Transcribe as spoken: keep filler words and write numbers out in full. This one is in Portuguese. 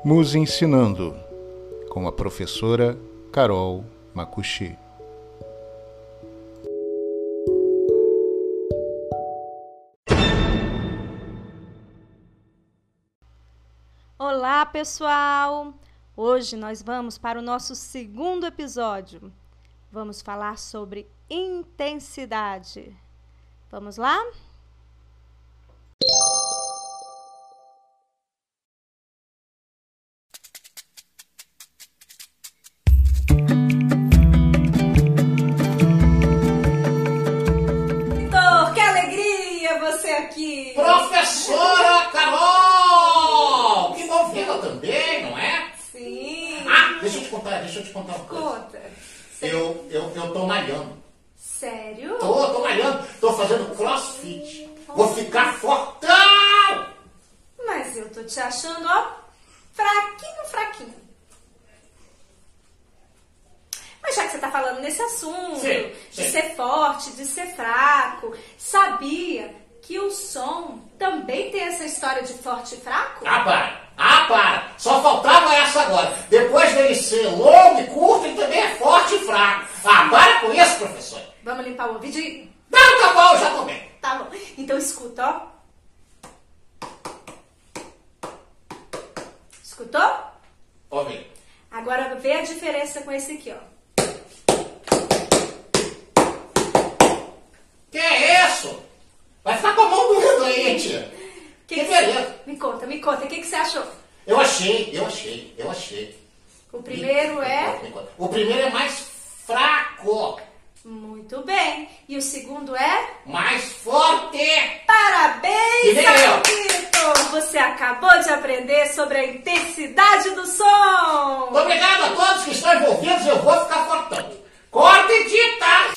Muse Ensinando, com a professora Carol Makushi. Olá, pessoal! Hoje nós vamos para o nosso segundo episódio. Vamos falar sobre intensidade. Vamos lá? Vitor, que alegria você aqui! Professora Carol! Que bom vê-la também, não é? Sim! Ah, deixa eu te contar, deixa eu te contar uma coisa. Conta! Eu, eu, eu tô malhando. Sério? Tô, tô malhando. Tô fazendo crossfit. Vou ficar fortão! Mas eu tô te achando, ó, fraquinho, fraquinho. Mas já que você tá falando nesse assunto, Sim, de sim. ser forte, de ser fraco, sabia que o som também tem essa história de forte e fraco? Ah, para! Ah, para! Só faltava essa agora. Depois dele ser longo e curto, ele também é forte e fraco. Ah, para com isso, professor. Vamos limpar o ouvidinho? Não, tá bom, já tô bem. Tá bom. Então escuta, ó. Escutou? Ouvi. Agora vê a diferença com esse aqui, ó. Que é isso? Vai ficar com a mão doendo aí, tia. Que Que que beleza. você- Me conta, me conta. O que, que você achou? Eu achei, eu achei, eu achei. O primeiro Me- é... me conta, me conta. O primeiro é mais fraco, Muito bem. E o segundo é... mais forte. E Parabéns, nem eu. Vitor! Você acabou de aprender sobre a intensidade do som! Obrigado a todos que estão envolvidos, eu vou ficar fortão. Corta e dita!